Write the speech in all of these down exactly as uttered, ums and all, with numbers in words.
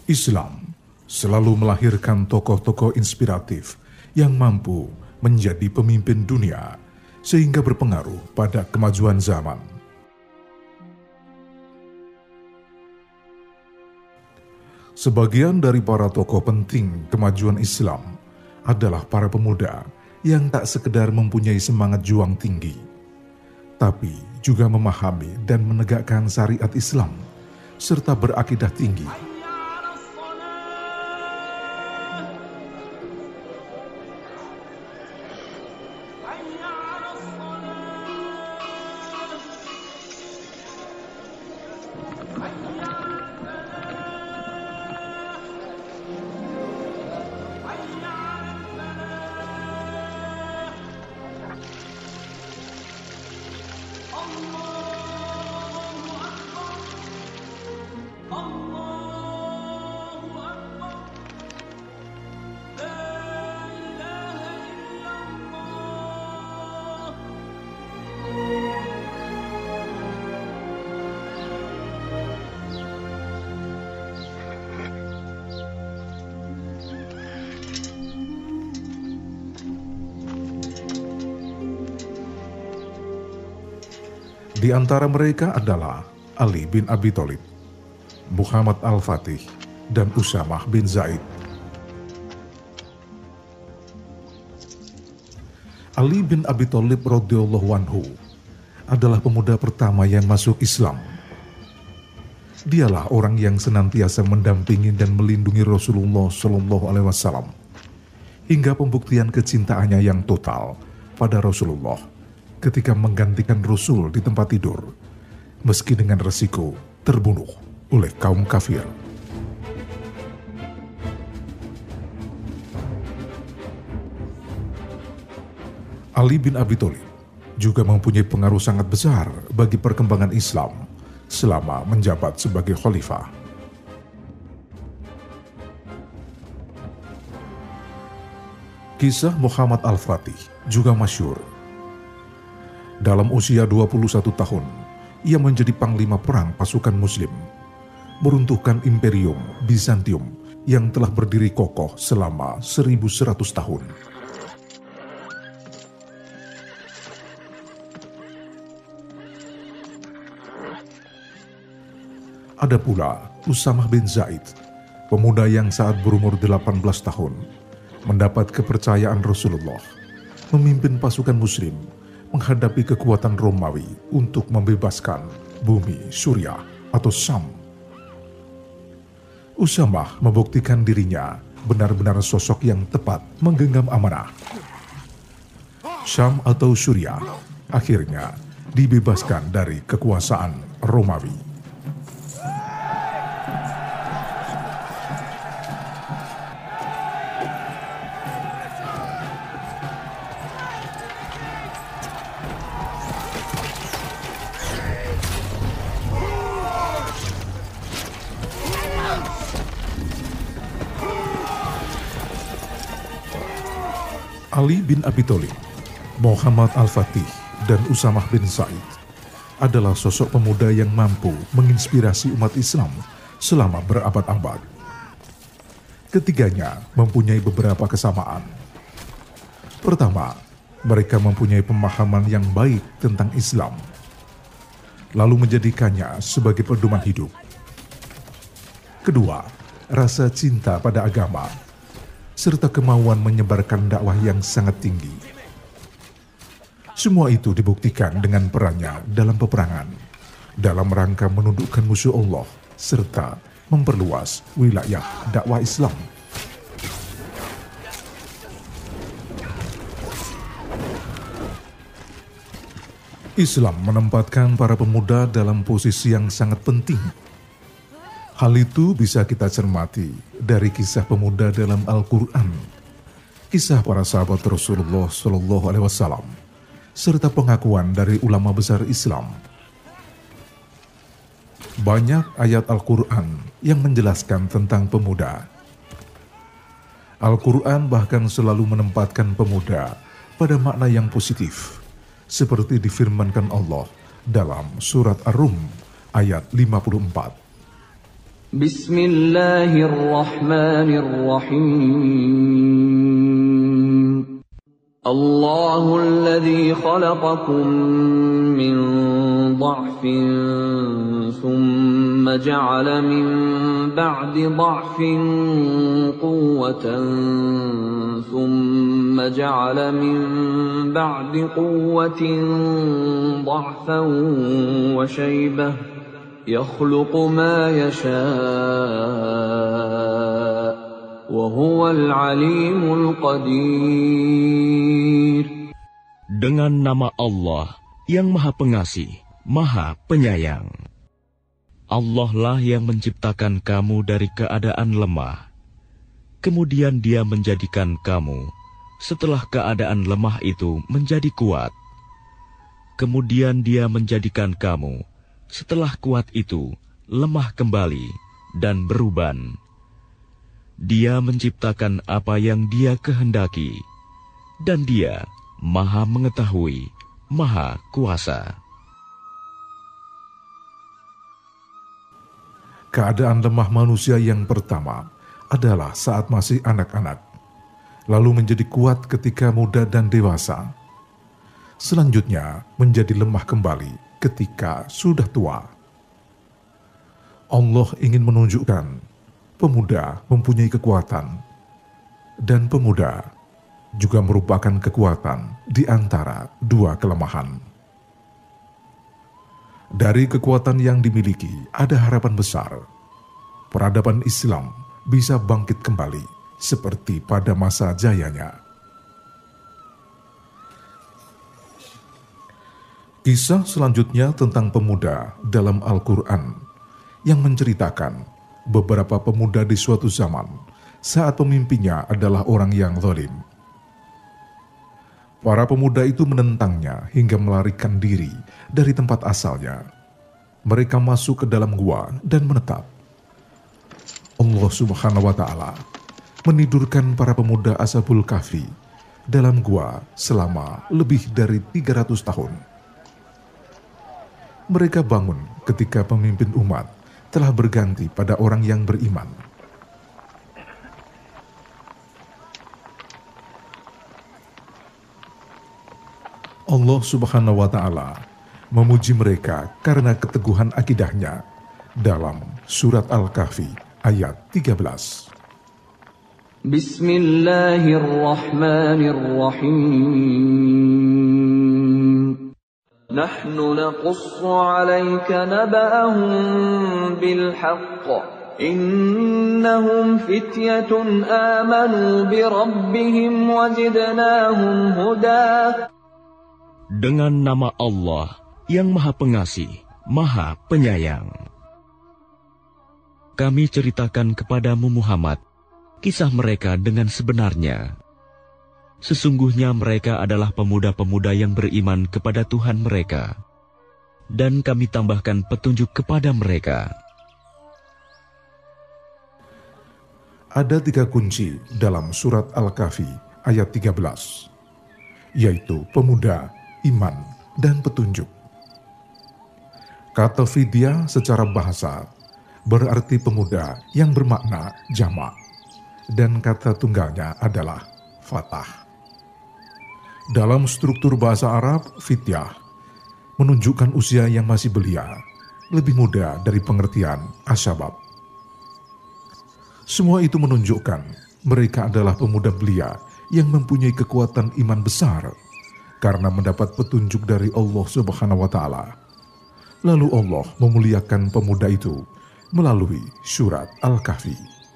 Islam selalu melahirkan tokoh-tokoh inspiratif yang mampu menjadi pemimpin dunia sehingga berpengaruh pada kemajuan zaman. Sebagian dari para tokoh penting kemajuan Islam adalah para pemuda yang tak sekedar mempunyai semangat juang tinggi, tapi juga memahami dan menegakkan syariat Islam serta berakidah tinggi. Di antara mereka adalah Ali bin Abi Thalib, Muhammad Al-Fatih, dan Usamah bin Zaid. Ali bin Abi Thalib radhiyallahu anhu adalah pemuda pertama yang masuk Islam. Dialah orang yang senantiasa mendampingi dan melindungi Rasulullah shallallahu alaihi wasallam hingga pembuktian kecintaannya yang total pada Rasulullah ketika menggantikan Rasul di tempat tidur, meski dengan resiko terbunuh oleh kaum kafir. Ali bin Abi Thalib juga mempunyai pengaruh sangat besar bagi perkembangan Islam selama menjabat sebagai khalifah. Kisah Muhammad Al-Fatih juga masyhur. Dalam usia dua puluh satu tahun, ia menjadi panglima perang pasukan Muslim, meruntuhkan Imperium Bizantium yang telah berdiri kokoh selama seribu seratus tahun. Ada pula Usamah bin Zaid, pemuda yang saat berumur delapan belas tahun, mendapat kepercayaan Rasulullah, memimpin pasukan Muslim menghadapi kekuatan Romawi untuk membebaskan bumi Suriah atau Syam. Usamah membuktikan dirinya benar-benar sosok yang tepat menggenggam amanah. Syam atau Suriah akhirnya dibebaskan dari kekuasaan Romawi. Ali bin Abi Thalib, Muhammad Al-Fatih, dan Usamah bin Zaid adalah sosok pemuda yang mampu menginspirasi umat Islam selama berabad-abad. Ketiganya mempunyai beberapa kesamaan. Pertama, mereka mempunyai pemahaman yang baik tentang Islam, lalu menjadikannya sebagai pedoman hidup. Kedua, rasa cinta pada agama, serta kemauan menyebarkan dakwah yang sangat tinggi. Semua itu dibuktikan dengan perannya dalam peperangan, dalam rangka menundukkan musuh Allah, serta memperluas wilayah dakwah Islam. Islam menempatkan para pemuda dalam posisi yang sangat penting. Hal itu bisa kita cermati dari kisah pemuda dalam Al-Quran, kisah para sahabat Rasulullah shallallahu alaihi wasallam, serta pengakuan dari ulama besar Islam. Banyak ayat Al-Quran yang menjelaskan tentang pemuda. Al-Quran bahkan selalu menempatkan pemuda pada makna yang positif, seperti difirmankan Allah dalam surat Ar-Rum ayat lima puluh empat. Bismillahirrahmanirrahim. Allahul ladzi khalaqakum min dha'fin thumma ja'ala min ba'di dha'fin quwwatan thumma ja'ala min ba'di quwwatin dha'fan wa shaybah yakhluqu ma yasha' wa huwal alimul qadir. Dengan nama Allah yang Maha Pengasih, Maha Penyayang. Allah lah yang menciptakan kamu dari keadaan lemah. Kemudian Dia menjadikan kamu setelah keadaan lemah itu menjadi kuat. Kemudian Dia menjadikan kamu setelah kuat itu lemah kembali dan beruban. Dia menciptakan apa yang Dia kehendaki, dan Dia Maha Mengetahui, Maha Kuasa. Keadaan lemah manusia yang pertama adalah saat masih anak-anak, lalu menjadi kuat ketika muda dan dewasa. Selanjutnya menjadi lemah kembali ketika sudah tua. Allah ingin menunjukkan pemuda mempunyai kekuatan, dan pemuda juga merupakan kekuatan di antara dua kelemahan. Dari kekuatan yang dimiliki ada harapan besar. Peradaban Islam bisa bangkit kembali seperti pada masa jayanya. Kisah selanjutnya tentang pemuda dalam Al-Quran yang menceritakan beberapa pemuda di suatu zaman saat pemimpinnya adalah orang yang zalim. Para pemuda itu menentangnya hingga melarikan diri dari tempat asalnya. Mereka masuk ke dalam gua dan menetap. Allah Subhanahu wa Ta'ala menidurkan para pemuda Ashabul Kahfi dalam gua selama lebih dari tiga ratus tahun. Mereka bangun ketika pemimpin umat telah berganti pada orang yang beriman. Allah Subhanahu wa Ta'ala memuji mereka karena keteguhan akidahnya dalam surat Al-Kahfi ayat tiga belas. Bismillahirrahmanirrahim. Nahnu naqussu 'alaika naba'ahum bil haqq. Innahum fityatun amanu bi rabbihim wa zidnahum huda. Dengan nama Allah yang Maha Pengasih, Maha Penyayang. Kami ceritakan kepadamu Muhammad kisah mereka dengan sebenarnya. Sesungguhnya mereka adalah pemuda-pemuda yang beriman kepada Tuhan mereka, dan kami tambahkan petunjuk kepada mereka. Ada tiga kunci dalam surat Al-Kahfi ayat tiga belas, yaitu pemuda, iman, dan petunjuk. Kata fidya secara bahasa berarti pemuda yang bermakna jamak, dan kata tunggalnya adalah fatah. Dalam struktur bahasa Arab, fityah menunjukkan usia yang masih belia, lebih muda dari pengertian asyabab. Semua itu menunjukkan mereka adalah pemuda belia yang mempunyai kekuatan iman besar karena mendapat petunjuk dari Allah Subhanahu wa Ta'ala. Lalu Allah memuliakan pemuda itu melalui surat Al-Kahfi.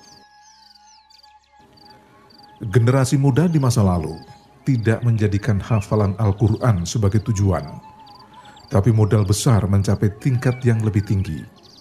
Generasi muda di masa lalu tidak menjadikan hafalan Al-Quran sebagai tujuan, tapi modal besar mencapai tingkat yang lebih tinggi.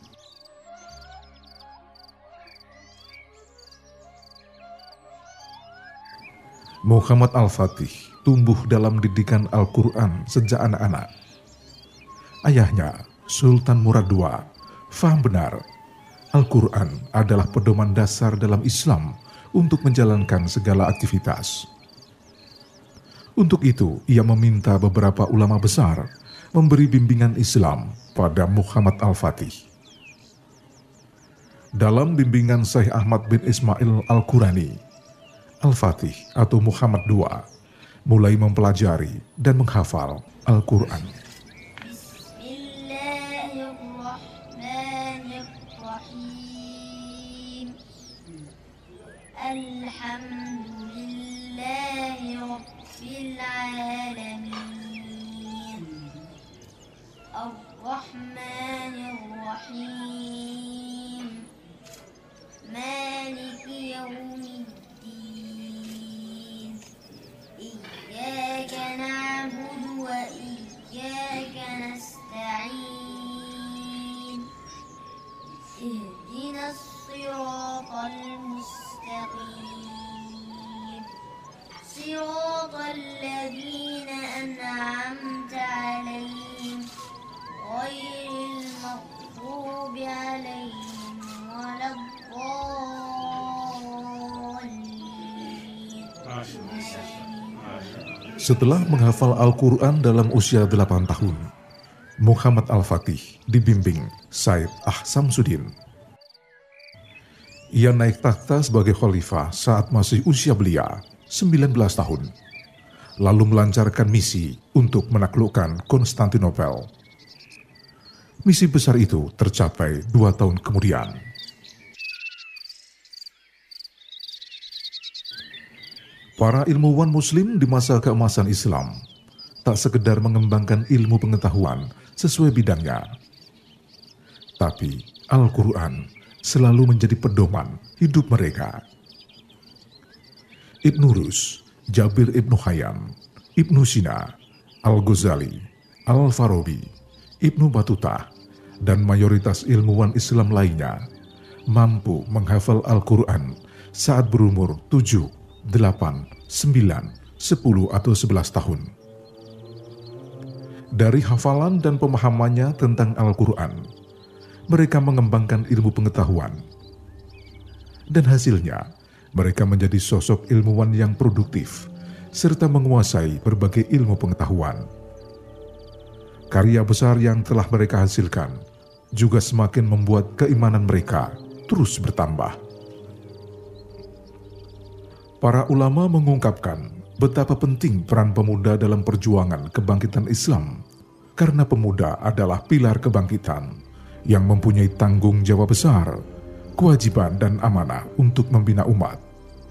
Muhammad Al-Fatih tumbuh dalam didikan Al-Quran sejak anak-anak. Ayahnya, Sultan Murad kedua, faham benar Al-Quran adalah pedoman dasar dalam Islam untuk menjalankan segala aktivitas. Untuk itu, ia meminta beberapa ulama besar memberi bimbingan Islam pada Muhammad Al-Fatih. Dalam bimbingan Syekh Ahmad bin Ismail Al-Qurani, Al-Fatih atau Muhammad kedua mulai mempelajari dan menghafal Al-Quran. Bismillahirrahmanirrahim. Alhamdulillahi Rabbil alamin. Ar-Rahmanirrahim. Maliki yaumiddin. Iyyaka na'budu wa iyyaka nasta'in. Ihdinas siratal mustaqim. Siratal ladzina an'amta 'alaihim ghairil maghdubi 'alaihim waladdallin. Setelah menghafal Al-Quran dalam usia delapan tahun, Muhammad Al-Fatih dibimbing Said Ahsamsuddin. Ia naik takhta sebagai khalifah saat masih usia belia, sembilan belas tahun, lalu melancarkan misi untuk menaklukkan Konstantinopel. Misi besar itu tercapai dua tahun kemudian. Para ilmuwan muslim di masa keemasan Islam tak sekedar mengembangkan ilmu pengetahuan sesuai bidangnya, tapi Al-Quran selalu menjadi pedoman hidup mereka. Ibnu Rus, Jabir Ibnu Hayyan, Ibnu Sina, Al-Ghazali, Al-Farabi, Ibnu Battuta, dan mayoritas ilmuwan Islam lainnya mampu menghafal Al-Quran saat berumur tujuh, delapan, sembilan, sepuluh, atau sebelas tahun. Dari hafalan dan pemahamannya tentang Al-Quran, mereka mengembangkan ilmu pengetahuan. Dan hasilnya, mereka menjadi sosok ilmuwan yang produktif, serta menguasai berbagai ilmu pengetahuan. Karya besar yang telah mereka hasilkan juga semakin membuat keimanan mereka terus bertambah. Para ulama mengungkapkan betapa penting peran pemuda dalam perjuangan kebangkitan Islam, karena pemuda adalah pilar kebangkitan yang mempunyai tanggung jawab besar, kewajiban dan amanah untuk membina umat.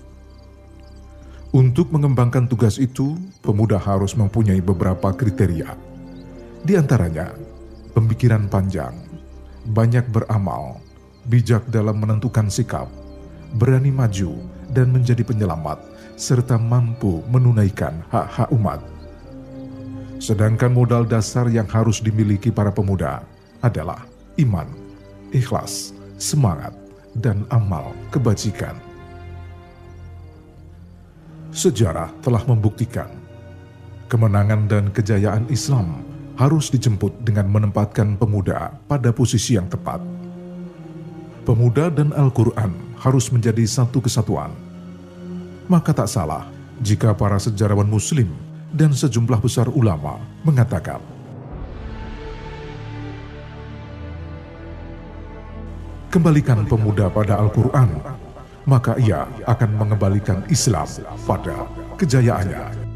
Untuk mengembangkan tugas itu, pemuda harus mempunyai beberapa kriteria. Di antaranya, pemikiran panjang, banyak beramal, bijak dalam menentukan sikap, berani maju dan menjadi penyelamat, serta mampu menunaikan hak-hak umat. Sedangkan modal dasar yang harus dimiliki para pemuda adalah iman, ikhlas, semangat, dan amal kebajikan. Sejarah telah membuktikan kemenangan dan kejayaan Islam harus dijemput dengan menempatkan pemuda pada posisi yang tepat. Pemuda dan Al-Quran harus menjadi satu kesatuan. Maka tak salah jika para sejarawan muslim dan sejumlah besar ulama mengatakan, kembalikan pemuda pada Al-Quran, maka ia akan mengembalikan Islam pada kejayaannya.